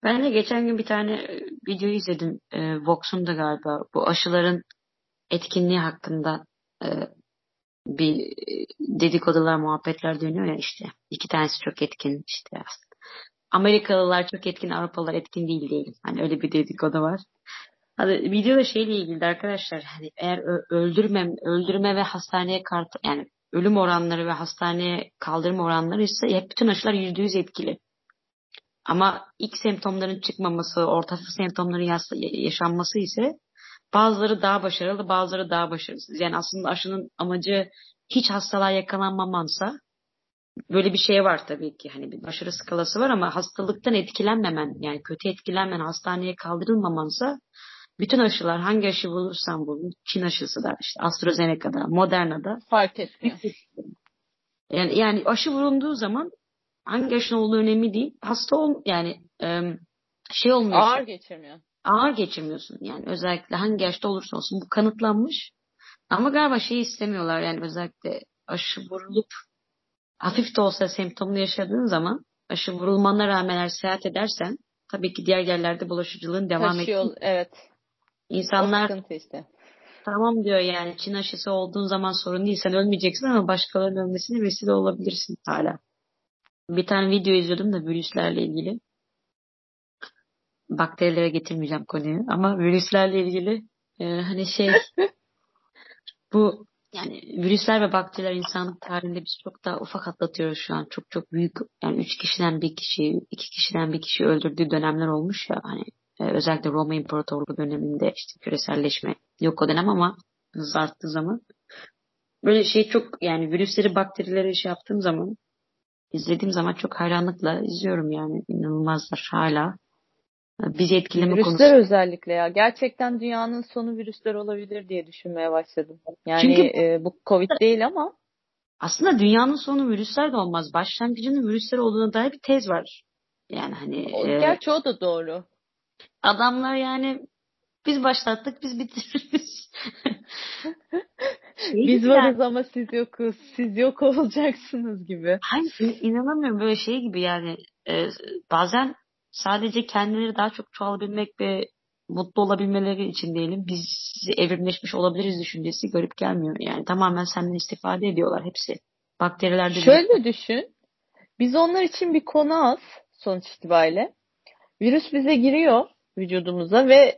Ben de geçen gün bir tane video izledim. Vox'un da galiba bu aşıların etkinliği hakkında e, bir dedikodular, muhabbetler dönüyor ya işte. İki tanesi çok etkin işte. Amerikalılar çok etkin, Avrupalılar etkin değil diyelim. Hani öyle bir dedikodu var. Hadi video şeyle ilgili arkadaşlar. Hani eğer öldürme ve hastaneye yani ölüm oranları ve hastaneye kaldırma oranları ise hep bütün aşılar %100 etkili. Ama ilk semptomların çıkmaması, orta hafif semptomların yaşanması ise bazıları daha başarılı, bazıları daha başarısız. Yani aslında aşının amacı hiç hastalığa yakalanmamansa böyle bir şey var tabii ki. Hani bir başarı skalası var ama hastalıktan etkilenmemen, yani kötü etkilenmemen, hastaneye kaldırılmamansa bütün aşılar hangi aşı bulursan bulun, Çin aşısı da, işte AstraZeneca'da, Moderna'da Fark etmiyor. yani aşı vurulduğu zaman hangi aşının olduğu önemli değil. Yani şey Ağır olmuyorsun. geçirmiyor. Ağır geçirmiyorsun. Yani özellikle hangi yaşta olursa olsun bu kanıtlanmış. Ama galiba şeyi istemiyorlar, yani özellikle aşı vurulup hafif de olsa semptomlu yaşadığın zaman aşı vurulmana rağmen eğer seyahat edersen tabii ki diğer yerlerde bulaşıcılığın devam ettiği. Taşıyor, evet. O İnsanlar sıkıntı işte. tamam diyor, yani Çin aşısı olduğun zaman sorun değil, sen ölmeyeceksin ama başkalarının ölmesine vesile olabilirsin hala. Bir tane video izliyordum da virüslerle ilgili. Bakterilere getirmeyeceğim konuyu ama virüslerle ilgili hani bu yani virüsler ve bakteriler insanlık tarihinde biz çok daha ufak atlatıyoruz şu an. Çok çok büyük, yani 3 kişiden bir kişi, 2 kişiden bir kişi öldürdüğü dönemler olmuş ya hani özellikle Roma İmparatorluğu döneminde işte küreselleşme yok o dönem ama hız arttığı zaman böyle çok, yani virüsleri bakterileri yaptığım zaman, izlediğim zaman çok hayranlıkla izliyorum, yani inanılmazlar hala. Bizi etkileme konusu. Virüsler özellikle ya. Gerçekten dünyanın sonu virüsler olabilir diye düşünmeye başladım. Yani Çünkü bu Covid değil ama aslında dünyanın sonu virüsler de olmaz. Başlangıcının virüsler olduğuna dair bir tez var. Yani hani gerçi o da doğru. adamlar yani biz başlattık, biz bitiririz. Biz Gibi yani. varız ama siz yokuz. Siz yok olacaksınız gibi. Hayır, inanamıyorum böyle gibi yani. Bazen sadece kendileri daha çok çoğalabilmek ve mutlu olabilmeleri için diyelim biz evrimleşmiş olabiliriz düşüncesi garip gelmiyor. Yani tamamen senden istifade ediyorlar hepsi. Bakterilerde virüsler. Şöyle düşün. Biz onlar için bir konu az sonuç itibariyle. Virüs bize giriyor vücudumuza ve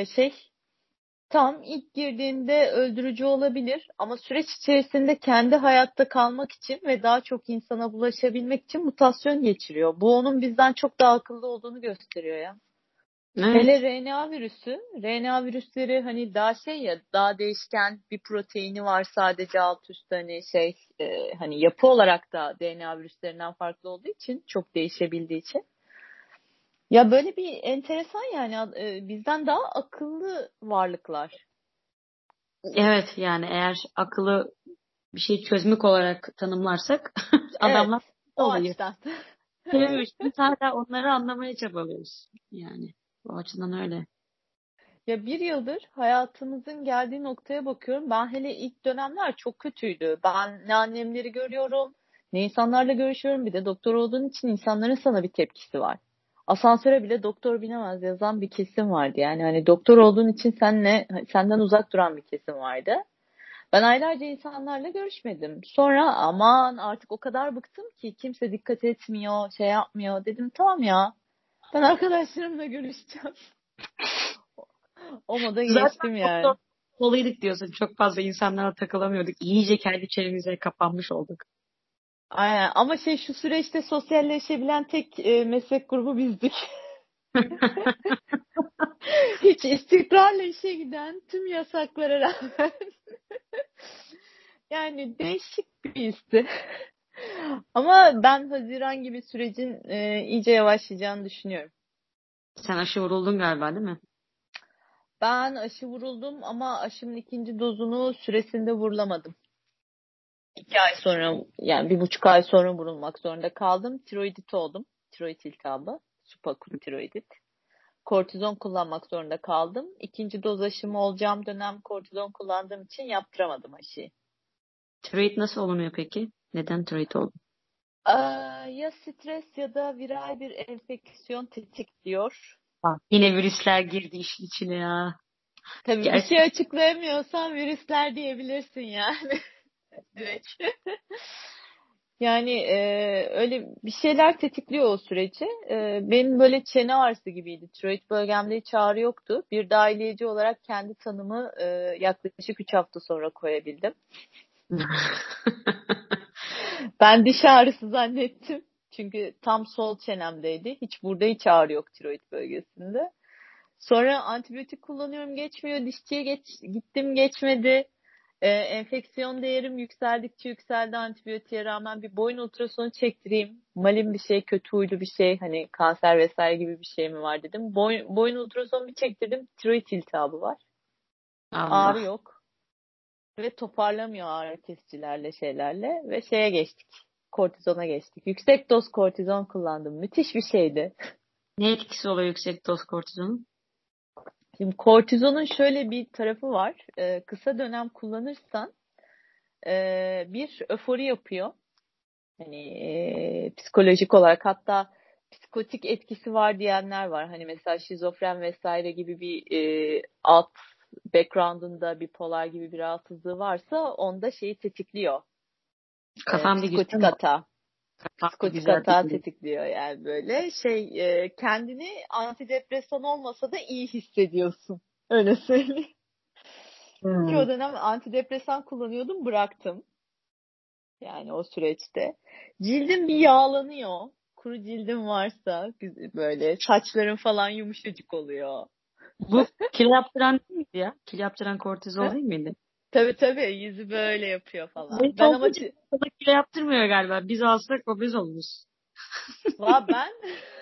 tam ilk girdiğinde öldürücü olabilir ama süreç içerisinde kendi hayatta kalmak için ve daha çok insana bulaşabilmek için mutasyon geçiriyor. Bu onun bizden çok daha akıllı olduğunu gösteriyor ya. Hele Evet. RNA virüsü, RNA virüsleri hani daha daha değişken bir proteini var sadece alt üst hani yapı olarak da DNA virüslerinden farklı olduğu için, çok değişebildiği için. Ya böyle bir enteresan yani bizden daha akıllı varlıklar. Evet, yani eğer akıllı bir şey çözmek olarak tanımlarsak Evet, adamlar o oluyor. açıdan. Çevirmiş. Biz hala onları anlamaya çabalıyoruz. Yani o açıdan öyle. Ya bir yıldır hayatımızın geldiği noktaya bakıyorum. Ben hele ilk dönemler çok kötüydü. Ben ne annemleri görüyorum, ne insanlarla görüşüyorum. Bir de doktor olduğun için insanların sana bir tepkisi var. Asansöre bile doktor binemez yazan bir kesim vardı. Yani hani doktor olduğun için senden uzak duran bir kesim vardı. Ben aylarca insanlarla görüşmedim. Sonra aman artık o kadar bıktım ki kimse dikkat etmiyor, şey yapmıyor. Dedim tamam ya, ben arkadaşlarımla görüşeceğim. O moda Zaten geçtim doktor yani. oluyorduk diyorsun. Çok fazla insanlara takılamıyorduk. İyice kendi çevremize kapanmış olduk. Aynen. Ama şu süreçte sosyalleşebilen tek meslek grubu bizdik. Hiç istikrarla işe giden tüm yasaklara rağmen. Yani değişik bir histi. Ama ben Haziran gibi sürecin iyice yavaşlayacağını düşünüyorum. Sen aşı vuruldun galiba, değil mi? Ben aşı vuruldum ama aşının ikinci dozunu süresinde vurulamadım. 2 ay sonra, yani 1,5 ay sonra vurulmak zorunda kaldım. Tiroidit oldum. Tiroid iltihabı. Subakut tiroidit. Kortizon kullanmak zorunda kaldım. İkinci doz aşımı olacağım dönem kortizon kullandığım için yaptıramadım aşıyı. Tiroid nasıl olunuyor peki? Neden tiroid oldun? ya stres ya da viral bir enfeksiyon tetikliyor. Bak, yine virüsler girdi işin içine ya. Tabii bir şey Gerçekten. açıklayamıyorsan virüsler diyebilirsin yani. Direkt. Yani öyle bir şeyler tetikliyor o süreci. Benim böyle çene ağrısı gibiydi. Tiroid bölgemde hiç ağrı yoktu. Bir dahiliyeci olarak kendi tanımı yaklaşık 3 hafta sonra koyabildim. Ben diş ağrısı zannettim. Çünkü tam sol çenemdeydi. Burada hiç ağrı yok tiroid bölgesinde. Sonra antibiyotik kullanıyorum, geçmiyor. Dişçiye gittim, geçmedi. Enfeksiyon değerim yükseldikçe yükseldi antibiyotiğe rağmen. Bir boyun ultrasonu çektireyim. Malim bir şey, kötü huylu bir şey, hani kanser vesaire gibi bir şey mi var dedim. Boyun ultrasonu bir çektirdim. Tiroid iltihabı var. Ağrı Allah. yok. Ve toparlamıyor ağrı kesicilerle şeylerle. Ve şeye geçtik. Kortizona geçtik. Yüksek doz kortizon kullandım. Müthiş bir şeydi. Ne etkisi oluyor yüksek doz kortizonun? Şimdi kortizonun şöyle bir tarafı var. Kısa dönem kullanırsan bir öfori yapıyor. Hani psikolojik olarak, hatta psikotik etkisi var diyenler var. Hani mesela şizofren vesaire gibi bir alt background'unda bipolar gibi bir rahatsızlığı varsa onda şeyi tetikliyor. Kafam bir güzel Psikotik mi? hata. Kafam bir Psikotik güzel hata değil. tetikliyor yani böyle. Kendini antidepresan olmasa da iyi hissediyorsun. Öyle söyleyeyim. Ki Hmm. o dönem antidepresan kullanıyordum, bıraktım. Yani o süreçte. Cildim bir yağlanıyor. Kuru cildim varsa böyle saçların falan yumuşacık oluyor. Bu kilo yaptıran değil miydi ya? Kilo yaptıran kortizol Ha? değil miydi? Tabii yüzü böyle yapıyor Benim falan. Ben ama olduğu için sana kilo yaptırmıyor galiba. Biz alsak obez oluruz. ben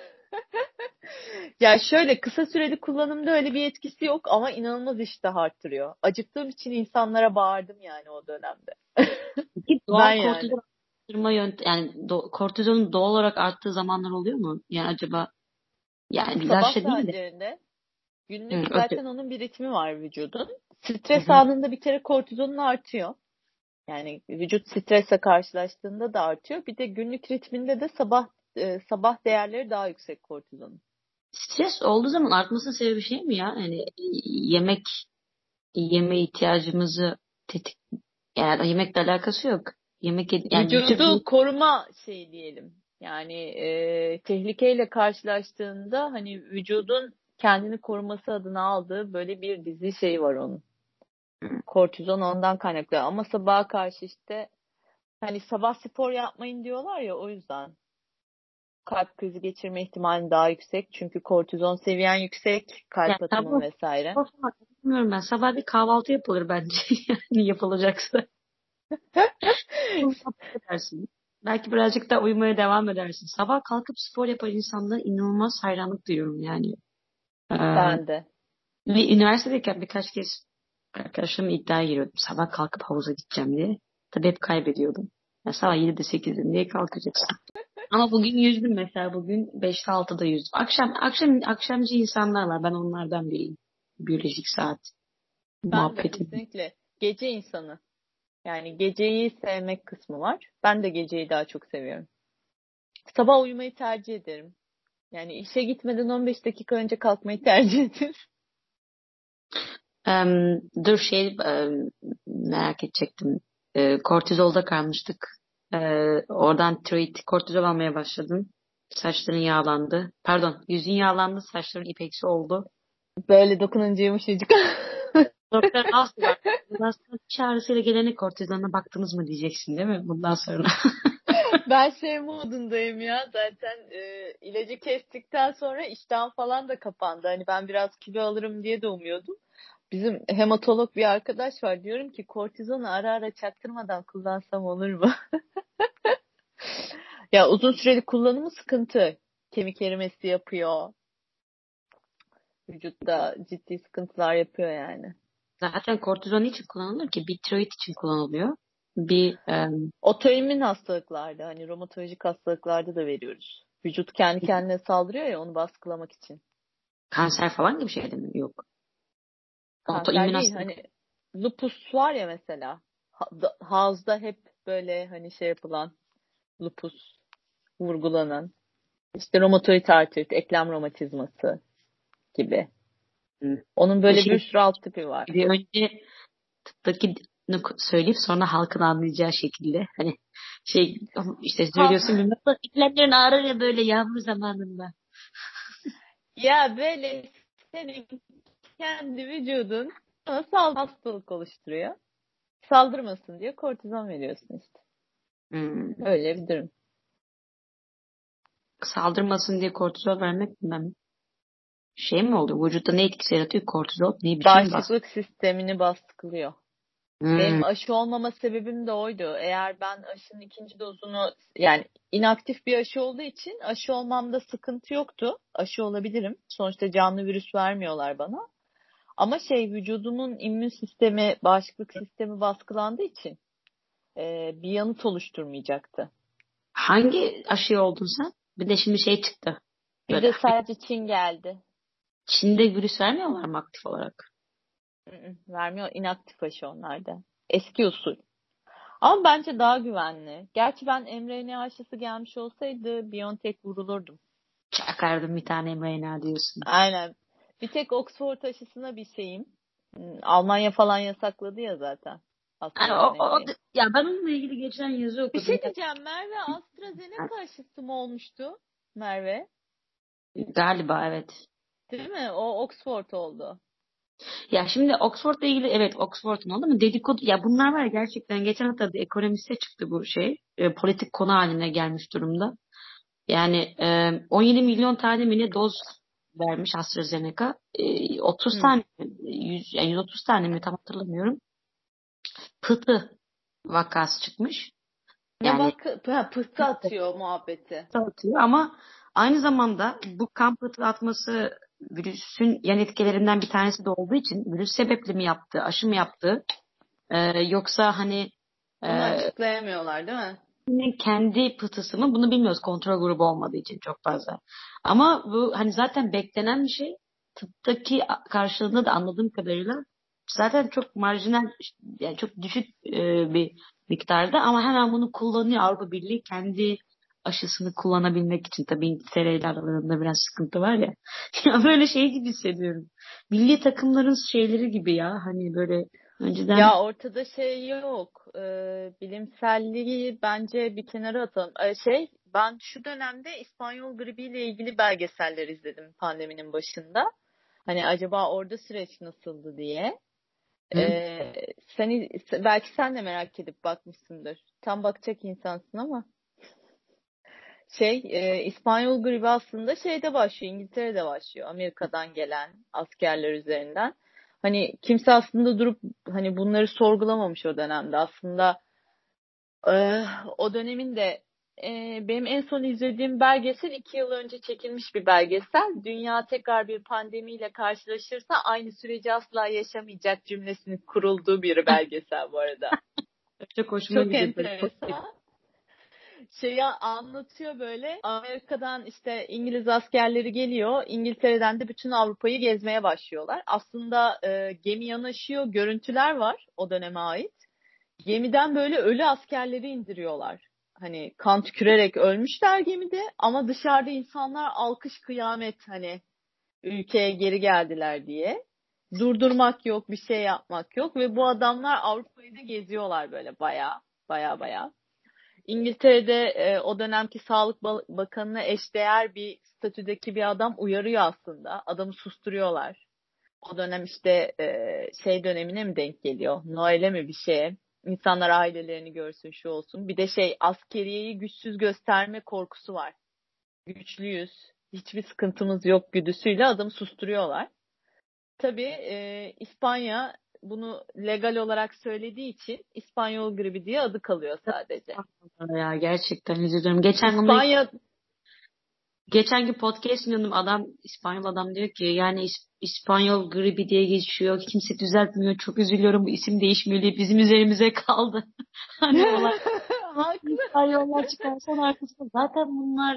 ya şöyle kısa süreli kullanımda öyle bir etkisi yok ama inanılmaz iştah arttırıyor. Acıktığım için insanlara bağırdım yani o dönemde. Peki Ben doğal yani. kortizol arttırma yani kortizolun doğal olarak arttığı zamanlar oluyor mu? Yani acaba yani Sabah ilaçla değil de. saatlerinde Hı, günlük okey. zaten onun bir ritmi var vücudun. Hı Stres hı. anında bir kere kortizonun artıyor. Yani vücut stresle karşılaştığında da artıyor. Bir de günlük ritminde de sabah değerleri daha yüksek kortizonun. Stres olduğu zaman artmasının sebebi şey mi ya? Yani yemek yeme ihtiyacımızı tetik yani yemekle alakası yok. Yani Vücudu koruma şeyi diyelim. Yani tehlikeyle karşılaştığında hani vücudun kendini koruması adına aldığı böyle bir dizi şey var onun. Kortizon ondan kaynaklı. Ama sabaha karşı işte hani sabah spor yapmayın diyorlar ya, o yüzden. Kalp krizi geçirme ihtimali daha yüksek. Çünkü kortizon seviyen yüksek, yani kalp atımın sabah vesaire. bilmiyorum ben. Sabah bir kahvaltı yapılır bence. Yani yapılacaksa. Uyumaya edersin. Belki birazcık daha uyumaya devam edersin. Sabah kalkıp spor yapan insanlara inanılmaz hayranlık duyuyorum yani. Ee, Ben de. ve üniversitedeyken birkaç kez arkadaşlarımla iddiaya giriyordum. Sabah kalkıp havuza gideceğim diye. Tabii hep kaybediyordum. Ya sabah 7'de 8'de niye kalkacaksın? Ama bugün yüzdüm mesela. Bugün 5'te 6'da yüzdüm. Akşamcı insanlar var. Ben onlardan biriyim. Biyolojik saat Ben de muhabbeti. kesinlikle gece insanı. Yani geceyi sevmek kısmı var. Ben de geceyi daha çok seviyorum. Sabah uyumayı tercih ederim. Yani işe gitmeden 15 dakika önce kalkmayı tercih ederim. Dur merak edecektim. Kortizolda kalmıştık. Oradan tiroid kortizol almaya başladın. Saçların yağlandı. Pardon, yüzün yağlandı, saçların ipeksi oldu. Böyle dokununca yumuşacık. Doktor nasıl var? Bundan sonra diş ağrısıyla gelene kortizona baktınız mı diyeceksin değil mi? Bundan sonra. Ben şey modundayım ya zaten, ilacı kestikten sonra iştahım falan da kapandı. Hani ben biraz kilo alırım diye de umuyordum. Bizim hematolog bir arkadaş var. Diyorum ki kortizonu ara ara çaktırmadan kullansam olur mu? Ya uzun süreli kullanımı sıkıntı. Kemik erimesi yapıyor. Vücutta ciddi sıkıntılar yapıyor yani. Zaten kortizon için kullanılır ki? Bir tiroid için kullanılıyor. Bir Otoimmün hastalıklarda, hani romatolojik hastalıklarda da veriyoruz. Vücut kendi kendine saldırıyor ya, onu baskılamak için. kanser falan gibi şey de mi? Yok. Kanser Otoimmün değil, hastalık. hani lupus var ya mesela. House'da hep böyle hani şey yapılan lupus. vurgulanan. İşte romatoid artrit, eklem romatizması gibi. Onun böyle bir sürü alt tipi var. Bir önce tıptaki söyleyip sonra halkın anlayacağı şekilde hani işte söylüyorsun bilmem eklemlerin ağrır ya böyle yağmur zamanında. Ya böyle senin kendi vücudun sana hastalık oluşturuyor. Saldırmasın diye kortizon veriyorsun işte. Öyle bir durum. Saldırmasın diye kortizol vermek mi? Mi oluyor? Vücutta ne etkisi yaratıyor? Kortizol bir şey mi Bağışıklık sistemini baskılıyor. Benim aşı olmama sebebim de oydu. Eğer ben aşının ikinci dozunu yani inaktif bir aşı olduğu için aşı olmamda sıkıntı yoktu. Aşı olabilirim. Sonuçta canlı virüs vermiyorlar bana. Ama vücudumun immün sistemi, bağışıklık sistemi baskılandığı için bir yanıt oluşturmayacaktı. Hangi aşı oldun sen? Bir de şimdi çıktı. Bir de sadece Çin geldi. Çin'de virüs vermiyorlar mı aktif olarak? Vermiyor. İnaktif aşı onlarda. Eski usul. Ama bence daha güvenli. Gerçi ben mRNA aşısı gelmiş olsaydı BioNTech vurulurdum. Çakardım bir tane mRNA diyorsun. Aynen. Bir tek Oxford aşısına bir şeyim. Almanya falan yasakladı ya zaten. Ya ben onunla ilgili geçen yazı okudum. Bir şey diyeceğim. Merve AstraZeneca aşısı mı olmuştu? Merve. Galiba evet. Değil mi? O Oxford oldu. Ya şimdi Oxford'la ilgili evet Oxford'un oldu ama dedikodu ya bunlar var ya gerçekten geçen hafta bir ekonomiste çıktı bu politik konu haline gelmiş durumda. Yani 17 milyon tane mi ne doz vermiş AstraZeneca. 30 tane 130 tane mi tam hatırlamıyorum. Pıhtı vakası çıkmış. Yani pıhtı atıyor muhabbeti. Atıyor ama aynı zamanda bu kan pıhtı atması virüsün yan etkilerinden bir tanesi de olduğu için virüs sebepli mi yaptı, aşı mı yaptı yoksa bunu açıklayamıyorlar değil mi? Kendi pıhtısı mı bunu bilmiyoruz kontrol grubu olmadığı için çok fazla. Ama bu zaten beklenen bir şey. Tıptaki karşılığında da anladığım kadarıyla zaten çok marjinal yani çok düşük bir miktarda ama hemen bunu kullanıyor Avrupa Birliği kendi aşısını kullanabilmek için. Tabii İngiltere ile aralarında biraz sıkıntı var ya. Ya böyle gibi hissediyorum. Milli takımların şeyleri gibi ya böyle önceden. Ya ortada yok. Bilimselliği bence bir kenara atalım. Ben şu dönemde İspanyol gribiyle ilgili belgeseller izledim pandeminin başında. Hani acaba orada süreç nasıldı diye. Belki sen de merak edip bakmışsındır. Tam bakacak insansın ama. İspanyol gribi aslında başlıyor, İngiltere'de başlıyor. Amerika'dan gelen askerler üzerinden. Hani kimse aslında durup bunları sorgulamamış o dönemde. Aslında o dönemin de benim en son izlediğim belgesel 2 yıl önce çekilmiş bir belgesel. Dünya tekrar bir pandemiyle karşılaşırsa aynı süreci asla yaşamayacak cümlesinin kurulduğu bir belgesel bu arada. Çok hoşuma Çok gidiyor. enteresan. Anlatıyor böyle. Amerika'dan İngiliz askerleri geliyor. İngiltere'den de bütün Avrupa'yı gezmeye başlıyorlar. Aslında gemi yanaşıyor. Görüntüler var o döneme ait. Gemiden böyle ölü askerleri indiriyorlar. Hani kan tükürerek ölmüşler gemide ama dışarıda insanlar alkış kıyamet ülkeye geri geldiler diye. Durdurmak yok, bir şey yapmak yok ve bu adamlar Avrupa'yı da geziyorlar böyle baya. İngiltere'de o dönemki Sağlık Bakanı'na eşdeğer bir statüdeki bir adam uyarıyor aslında. Adamı susturuyorlar. O dönem dönemine mi denk geliyor? Noel'e mi bir şeye? İnsanlar ailelerini görsün, şu olsun. Bir de askeriyeyi güçsüz gösterme korkusu var. Güçlüyüz, hiçbir sıkıntımız yok güdüsüyle adamı susturuyorlar. Tabii İspanya bunu legal olarak söylediği için İspanyol gribi diye adı kalıyor sadece. Ya gerçekten üzülüyorum. Geçen gün podcast dinliyordum. İspanyol adam diyor ki yani İspanyol gribi diye geçiyor. Kimse düzeltmiyor. Çok üzülüyorum. Bu isim değişmeli. Bizim üzerimize kaldı. Olay. İspanyollar çıkarsan arkasında zaten bunlar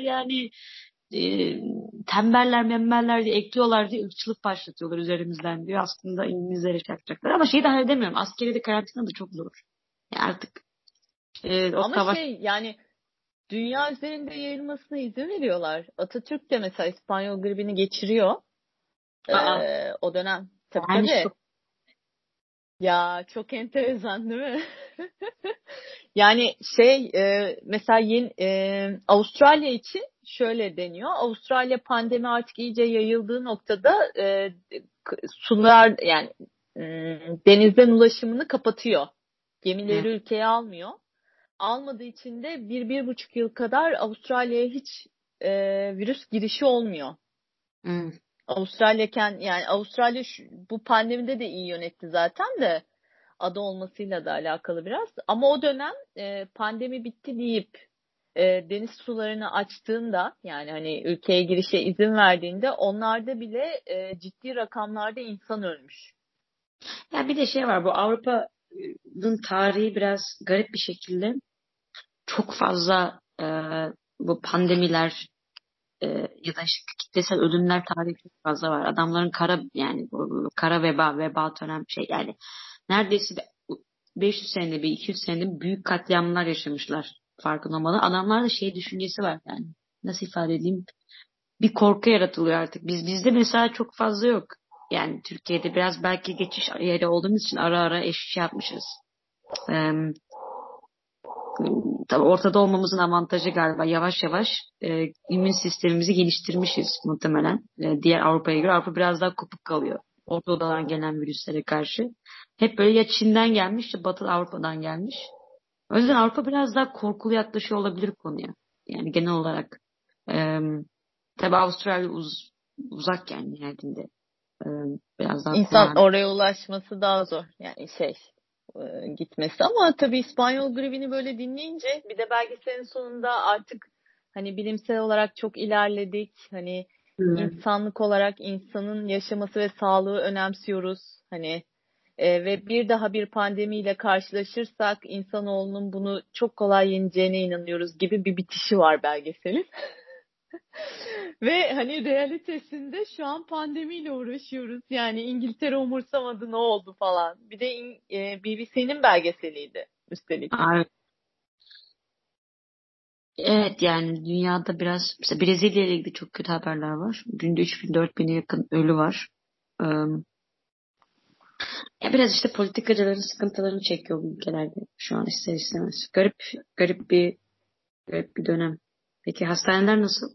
tembeller membeller diye ekliyorlar diye ırkçılık başlatıyorlar üzerimizden diyor. Aslında İngilizlere çakacaklar. Ama de halledemiyorum. Askeri de karantina da çok zor. Yani artık ama dünya üzerinde yayılmasına izin veriyorlar. Atatürk de mesela İspanyol gribini geçiriyor. Aa, O dönem. Tabii yani tabii. çok Ya çok enteresan değil mi? Yani mesela Avustralya için şöyle deniyor. Avustralya pandemi artık iyice yayıldığı noktada sular yani denizden ulaşımını kapatıyor. evet. Gemileri ülkeye almıyor. Almadığı için de 1-1,5 yıl kadar Avustralya'ya hiç virüs girişi olmuyor. Hmm. Yani Avustralya bu pandemide de iyi yönetti zaten de ada olmasıyla da alakalı biraz. Ama o dönem pandemi bitti deyip deniz sularını açtığında yani hani ülkeye girişe izin verdiğinde onlarda bile ciddi rakamlarda insan ölmüş. Ya bir de şey var, bu Avrupa'nın tarihi biraz garip bir şekilde çok fazla bu pandemiler ya da işte kitlesel ölümler tarihi çok fazla var. Adamların yani bu kara veba dönem şey yani neredeyse 500 senede bir 200 senede bir büyük katliamlar yaşamışlar farkında olmadan. Adamlarda şey düşüncesi var yani. Nasıl ifade edeyim? Bir korku yaratılıyor artık. Bizde mesela çok fazla yok. Yani Türkiye'de biraz belki geçiş yeri olduğumuz için ara ara şey yapmışız. Ee, tabii ortada olmamızın avantajı galiba yavaş yavaş immün sistemimizi geliştirmişiz muhtemelen. Diğer Avrupa'ya göre Avrupa biraz daha kopuk kalıyor. Orta Doğu'dan gelen virüslere karşı. Hep böyle ya Çin'den gelmiş ya Batı Avrupa'dan gelmiş. O yüzden Avrupa biraz daha korkulu yaklaşıyor olabilir konuya. Yani genel olarak. E, tabii Avustralya uzak yani nihayetinde. E, biraz daha İnsan kolay. oraya ulaşması daha zor. Yani gitmesi ama tabii İspanyol gribini böyle dinleyince bir de belgeselin sonunda artık hani bilimsel olarak çok ilerledik. Hani Hı. insanlık olarak insanın yaşaması ve sağlığı önemsiyoruz. Hani ve bir daha bir pandemiyle karşılaşırsak insanoğlunun bunu çok kolay yeneceğine inanıyoruz gibi bir bitişi var belgeselin. Ve hani realitesinde şu an pandemiyle uğraşıyoruz. Yani İngiltere umursamadı ne oldu falan. Bir de BBC'nin belgeseliydi üstelik. Ay, evet yani dünyada biraz mesela Brezilya ile ilgili çok kötü haberler var. Günde 3.000-4.000'e yakın ölü var. E, ya biraz işte politikacıların sıkıntılarını çekiyor bu ülkelerde şu an ister istemez. Garip bir dönem. Peki hastaneler nasıl?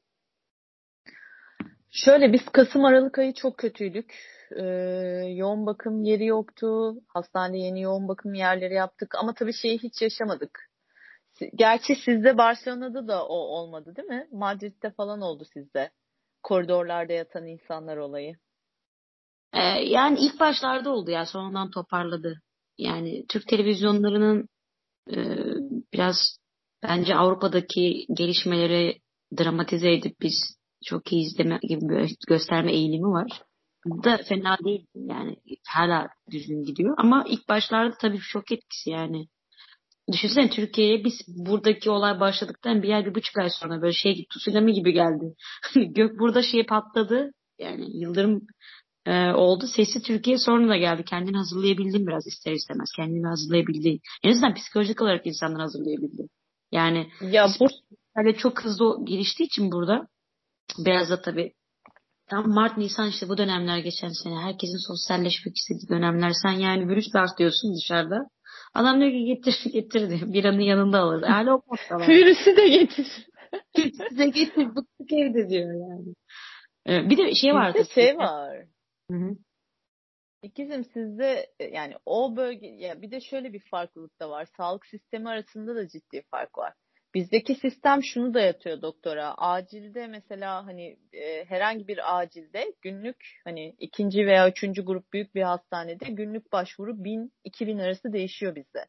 Şöyle biz Kasım-Aralık ayı çok kötüydük. Ee, Yoğun bakım yeri yoktu. Hastanede yeni yoğun bakım yerleri yaptık. Ama tabii şeyi hiç yaşamadık. Gerçi sizde Barcelona'da da o olmadı değil mi? Madrid'de falan oldu sizde. Koridorlarda yatan insanlar olayı. Yani ilk başlarda oldu ya sonradan toparladı. Yani Türk televizyonlarının e, biraz bence Avrupa'daki gelişmeleri dramatize edip biz çok iyi izleme gibi bir gösterme eğilimi var. Bu da fena değil yani hala düzgün gidiyor ama ilk başlarda tabii şok etkisi yani. Düşünsene Türkiye'ye biz buradaki olay başladıktan 1 ay 1,5 ay sonra böyle şey tsunami gibi geldi. Gök burada şey patladı yani yıldırım oldu. Sesi Türkiye sonra da geldi. Kendini hazırlayabildim biraz ister istemez. Kendini hazırlayabildi. En azından psikolojik olarak insanları hazırlayabildi. Yani Ya bu İspanya çok hızlı geliştiği için burada biraz da tabii tam Mart, Nisan işte bu dönemler geçen sene. Herkesin sosyalleşmek istediği dönemler. Sen yani virüs var diyorsun dışarıda. Adam diyor ki getir getir diyor. Bir anın yanında alır. Hala o noktalar. virüsü de getir. Size getir bıktık evde diyor yani. Bir de şey var Bizde tabii. var. Hı hı. İkizim sizde yani o bölge ya bir de şöyle bir farklılık da var. Sağlık sistemi arasında da ciddi fark var. Bizdeki sistem şunu dayatıyor doktora. Acilde mesela hani herhangi bir acilde günlük hani ikinci veya üçüncü grup büyük bir hastanede günlük başvuru 1000-2000 arası değişiyor bizde.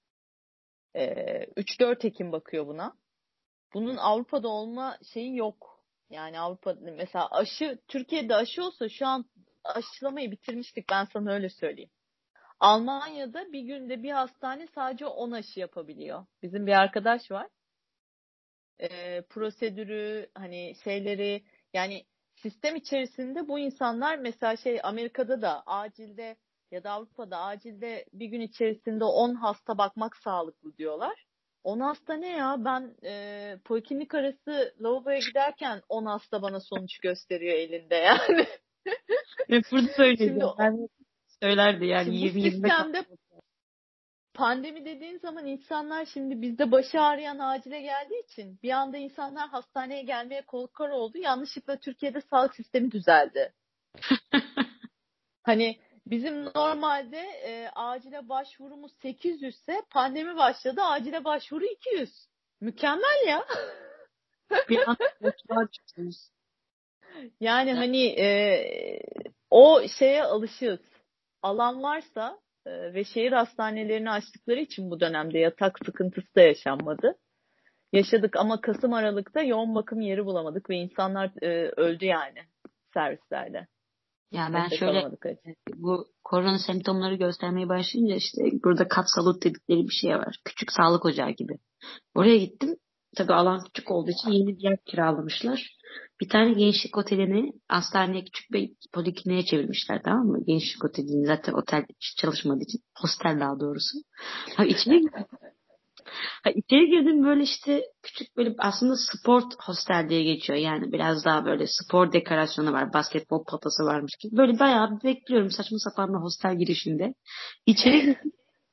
3-4 hekim bakıyor buna. Bunun Avrupa'da olma şeyi yok. Yani Avrupa mesela Türkiye'de aşı olsa şu an aşılamayı bitirmiştik ben sana öyle söyleyeyim. Almanya'da bir günde bir hastane sadece 10 aşı yapabiliyor. Bizim bir arkadaş var. Prosedürü hani şeyleri yani sistem içerisinde bu insanlar mesela Amerika'da da acilde ya da Avrupa'da acilde bir gün içerisinde 10 hasta bakmak sağlıklı diyorlar. 10 hasta ne ya? Ben poliklinik arası lavaboya giderken 10 hasta bana sonuç gösteriyor elinde yani. Ve burada söyledi. Şimdi Ben söylerdi yani şimdi bu 20-25 sistemde pandemi dediğin zaman insanlar şimdi bizde başı ağrıyan acile geldiği için bir anda insanlar hastaneye gelmeye korkar oldu. Yanlışlıkla Türkiye'de sağlık sistemi düzeldi. Hani bizim normalde acile başvurumuz 800 ise pandemi başladı acile başvuru 200. Mükemmel ya. bir an boşluğa çıktınız. Yani hani o şeye alışığız. Alan varsa ve şehir hastanelerini açtıkları için bu dönemde yatak sıkıntısı da yaşanmadı. Yaşadık ama Kasım Aralık'ta yoğun bakım yeri bulamadık ve insanlar öldü yani servislerde. Ya ben Nefes şöyle alamadık acı. bu korona semptomları göstermeye başlayınca işte burada kat salut dedikleri bir şey var. Küçük sağlık ocağı gibi. Oraya gittim. Tabii alan küçük olduğu için yeni bir yer kiralamışlar. Bir tane gençlik otelini hastaneye küçük bir polikliniğe çevirmişler, tamam mı? Gençlik otelini zaten otel hiç çalışmadığı için. Hostel daha doğrusu. Ha, içeri girdim böyle işte küçük böyle aslında sport hostel diye geçiyor. Yani biraz daha böyle spor dekorasyonu var. Basketbol potası varmış gibi. Böyle bayağı bir bekliyorum saçma sapan bir hostel girişinde. İçeri girdim.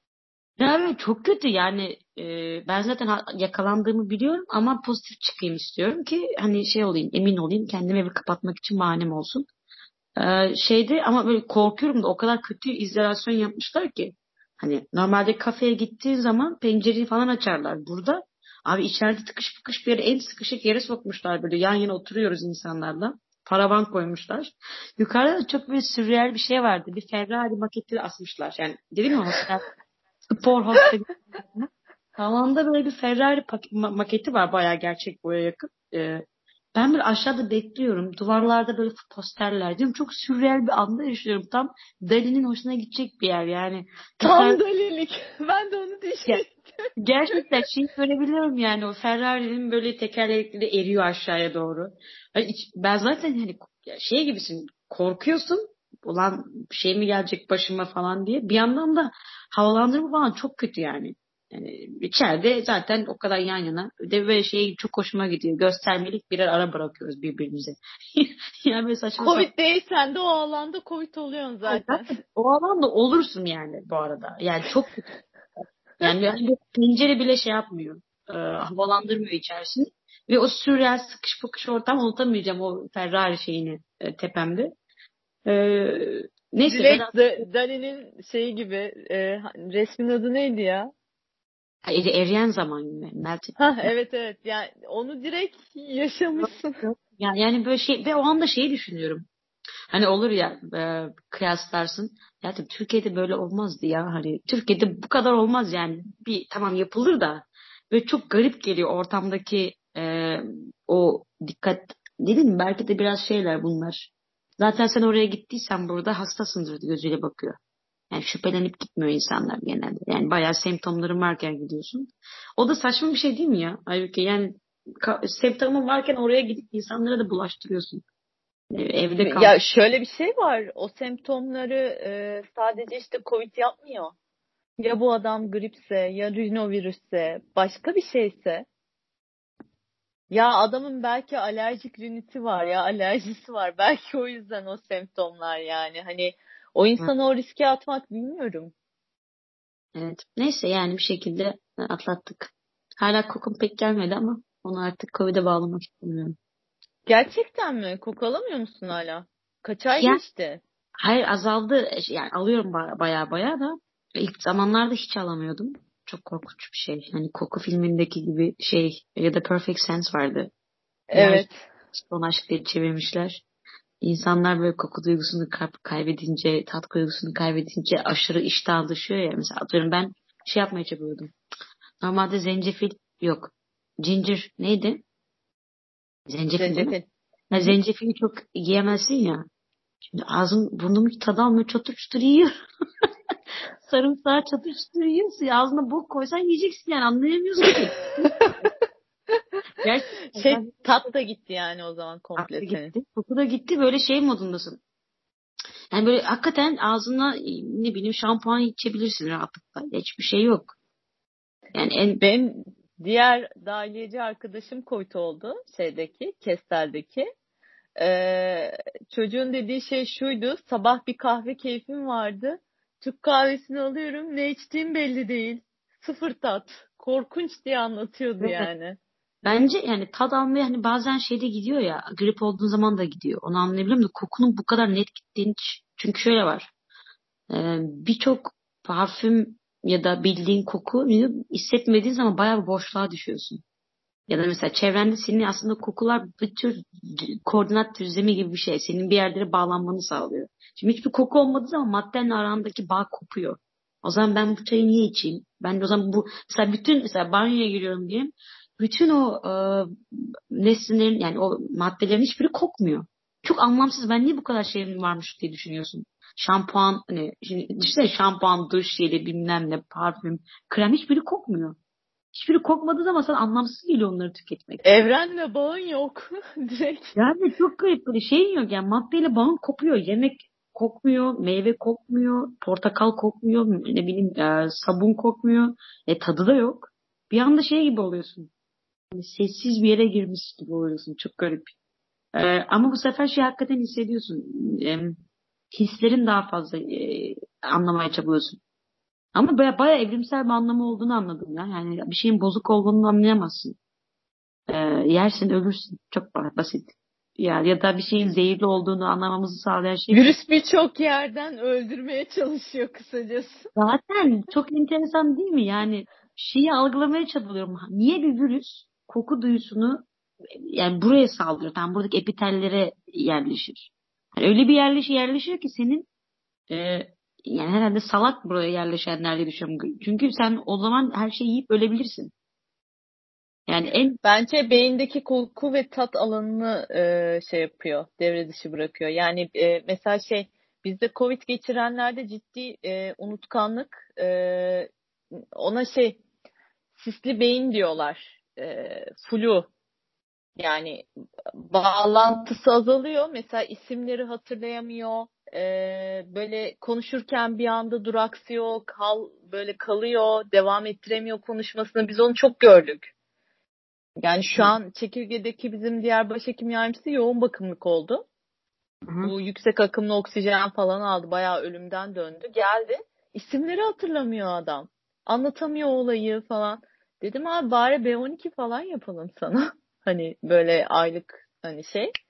Ya evet, çok kötü yani ben zaten yakalandığımı biliyorum ama pozitif çıkayım istiyorum ki hani şey olayım, emin olayım, kendimi evi kapatmak için bahanem olsun. Şeyde ama böyle korkuyorum da o kadar kötü izolasyon yapmışlar ki. Hani normalde kafeye gittiğin zaman pencereyi falan açarlar. Burada abi içeride tıkış tıkış bir yere, en sıkışık yere sokmuşlar, böyle yan yana oturuyoruz insanlarla. Paravan koymuşlar. Yukarıda da çok böyle sürreal bir şey vardı. Bir Ferrari maketi asmışlar. Yani dedim ya, hostel, spor hostel. Tavanda böyle bir Ferrari maketi var, bayağı gerçek boya yakın. Ben böyle aşağıda bekliyorum. Duvarlarda böyle posterler. Diyorum çok sürreal bir anda yaşıyorum. Tam Dali'nin hoşuna gidecek bir yer yani. Tam Yukarı, delilik. Ben de onu ya, düşünüyorum. gerçekten şeyi görebiliyorum yani, o Ferrari'nin böyle tekerlekleri eriyor aşağıya doğru. Hani ben zaten hani şey gibisin, korkuyorsun. Ulan şey mi gelecek başıma falan diye. Bir yandan da havalandırma falan çok kötü yani. Yani içeride zaten o kadar yan yana. Bir de böyle şey çok hoşuma gidiyor. Göstermelik birer ara bırakıyoruz birbirimize. Yani böyle saçma sapan. Covid değilsen de o alanda Covid oluyorsun Ay, zaten. zaten o alanda olursun yani bu arada. Yani çok kötü. Yani bir pencere bile şey yapmıyor. Havalandırmıyor içerisini. Ve o sürreal sıkış fıkış ortam, unutamayacağım o Ferrari şeyini tepemde. E, Neyse Direkt Vedat. Dali'nin şeyi gibi resmin adı neydi ya? Eriyen zaman gibi. Melted. Ha evet evet yani onu direkt yaşamışsın. Yani böyle şey, ve o anda şeyi düşünüyorum. Hani olur ya, kıyaslarsın. Ya tabii Türkiye'de böyle olmazdı ya. Hani Türkiye'de bu kadar olmaz yani. Bir tamam yapılır da ve çok garip geliyor ortamdaki o dikkat, dedim mi? Belki de biraz şeyler bunlar. Zaten sen oraya gittiysen burada hastasındır gözüyle bakıyor. Yani şüphelenip gitmiyor insanlar genelde. Yani bayağı semptomların varken gidiyorsun. O da saçma bir şey değil mi ya? Halbuki yani semptomun varken oraya gidip insanlara da bulaştırıyorsun. Evde kal. Ya şöyle bir şey var. O semptomları sadece işte Covid yapmıyor. Ya bu adam gripse ya rinovirüsse başka bir şeyse ya adamın belki alerjik riniti var ya alerjisi var. Belki o yüzden o semptomlar yani. Hani o insanı o riske atmak bilmiyorum. Evet. Neyse yani bir şekilde atlattık. Hala kokum pek gelmedi ama onu artık Covid'e bağlamak istemiyorum. Gerçekten mi? Koku alamıyor musun hala? Kaç ay Ya geçti? hayır, azaldı. Yani alıyorum baya baya da ilk zamanlarda hiç alamıyordum. Çok korkunç bir şey. Hani Koku filmindeki gibi şey, ya da Perfect Sense vardı. Yer Evet. son aşk diye çevirmişler. İnsanlar böyle koku duygusunu kaybedince, tat duygusunu kaybedince aşırı iştah düşüyor ya. Mesela atıyorum ben şey yapmaya çalışıyordum. Normalde zencefil yok. Ginger neydi? Zencefil değil mi? Zencefil. Hı Ya hı. zencefili çok yiyemezsin ya. Şimdi ağzım burnum hiç tadı almıyor, çatır çatır yiyor. Sarımsağı çatır çatır yiyorsun. Ağzına bok koysan yiyeceksin yani, anlayamıyorsun ki. Gerçekten Şey ben tat da gitti yani o zaman komple aklı senin. gitti. Koku da gitti. Böyle şey modundasın. Yani böyle hakikaten ağzına ne bileyim şampuan içebilirsin rahatlıkla. Hiçbir şey yok. Yani en Benim Diğer dahiliyeci arkadaşım Covid oldu. Kestel'deki. Çocuğun dediği şey şuydu. Sabah bir kahve keyfim vardı. Türk kahvesini alıyorum. Ne içtiğim belli değil. Sıfır tat. Korkunç diye anlatıyordu Evet. yani. Bence yani tad almaya hani bazen şeyde gidiyor ya, grip olduğun zaman da gidiyor. Onu anlayabiliyorum da kokunun bu kadar net gittiğini, çünkü şöyle var. Birçok parfüm ya da bildiğin kokuyu hissetmediğin zaman bayağı bir boşluğa düşüyorsun. Ya da mesela çevrende senin aslında kokular bir tür koordinat düzlemi gibi bir şey. Senin bir yerlere bağlanmanı sağlıyor. Şimdi hiçbir koku olmadığı zaman maddenle arandaki bağ kopuyor. O zaman ben bu çayı niye içeyim? Ben de o zaman mesela mesela banyoya giriyorum diyelim. Bütün o nesnelerin, yani o maddelerin hiçbiri kokmuyor. Çok anlamsız. Ben niye bu kadar şeyim varmış diye düşünüyorsun. Şampuan, hani şimdi düşünsene, şampuan, duş jeli, bilmem ne, parfüm, krem, hiçbiri kokmuyor. Hiçbiri kokmadığı zaman sana anlamsız geliyor onları tüketmek. Evrenle bağın yok. Direkt. Yani çok garip, böyle şeyin yok yani, maddeyle bağın kopuyor. Yemek kokmuyor, meyve kokmuyor, portakal kokmuyor, ne bileyim sabun kokmuyor. Tadı da yok. Bir anda şey gibi oluyorsun. Hani sessiz bir yere girmiş gibi oluyorsun. Çok garip. Ama bu sefer şey hakikaten hissediyorsun. Hislerin daha fazla anlamaya çabalıyorsun. Ama baya evrimsel bir anlamı olduğunu anladım ya. Yani bir şeyin bozuk olduğunu anlayamazsın. Yersin, ölürsün. Çok basit. Ya da bir şeyin zehirli olduğunu anlamamızı sağlayan şey Virüs birçok yerden öldürmeye çalışıyor kısacası. zaten çok enteresan değil mi? Yani şeyi algılamaya çabalıyorum. Niye bir virüs koku duyusunu yani buraya saldırıyor? Tam buradaki epitellere yerleşir. Yani öyle bir yerleşiyor ki senin e, yani herhalde salak buraya yerleşenler diye düşünüyorum. Çünkü sen o zaman her şeyi yiyip ölebilirsin. Yani en Bence beyindeki koku ve tat alanını şey yapıyor, devre dışı bırakıyor. Yani mesela bizde Covid geçirenlerde ciddi unutkanlık, ona sisli beyin diyorlar, flu. Yani bağlantısı azalıyor. Mesela isimleri hatırlayamıyor. Böyle konuşurken bir anda duraksıyor, böyle kalıyor, devam ettiremiyor konuşmasını. Biz onu çok gördük. Yani şu an çekirgedeki bizim diğer başhekim yardımcısı yoğun bakımlık oldu. Hı hı. Bu yüksek akımlı oksijen falan aldı. Bayağı ölümden döndü. Geldi. İsimleri hatırlamıyor adam. Anlatamıyor olayı falan. Dedim abi bari B12 falan yapalım sana. Hani böyle aylık hani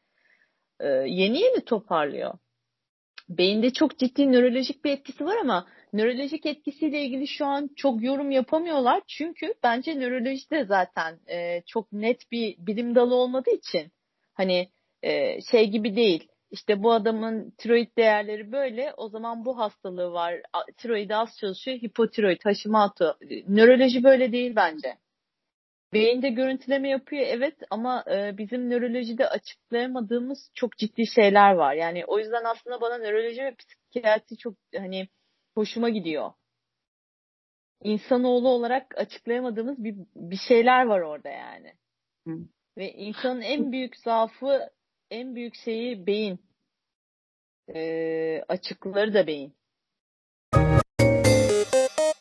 yeni yeni toparlıyor. Beyinde çok ciddi nörolojik bir etkisi var ama nörolojik etkisiyle ilgili şu an çok yorum yapamıyorlar. Çünkü bence nöroloji de zaten çok net bir bilim dalı olmadığı için hani gibi değil. İşte bu adamın tiroid değerleri böyle, o zaman bu hastalığı var. Tiroidi az çalışıyor, hipotiroid, Hashimoto. Nöroloji böyle değil bence. Beyinde görüntüleme yapıyor evet, ama bizim nörolojide açıklayamadığımız çok ciddi şeyler var. Yani o yüzden aslında bana nöroloji ve psikiyatri çok hani hoşuma gidiyor. İnsanoğlu olarak açıklayamadığımız bir şeyler var orada yani. Hı. Ve insanın en büyük zaafı, en büyük şeyi beyin. Açıkları da beyin.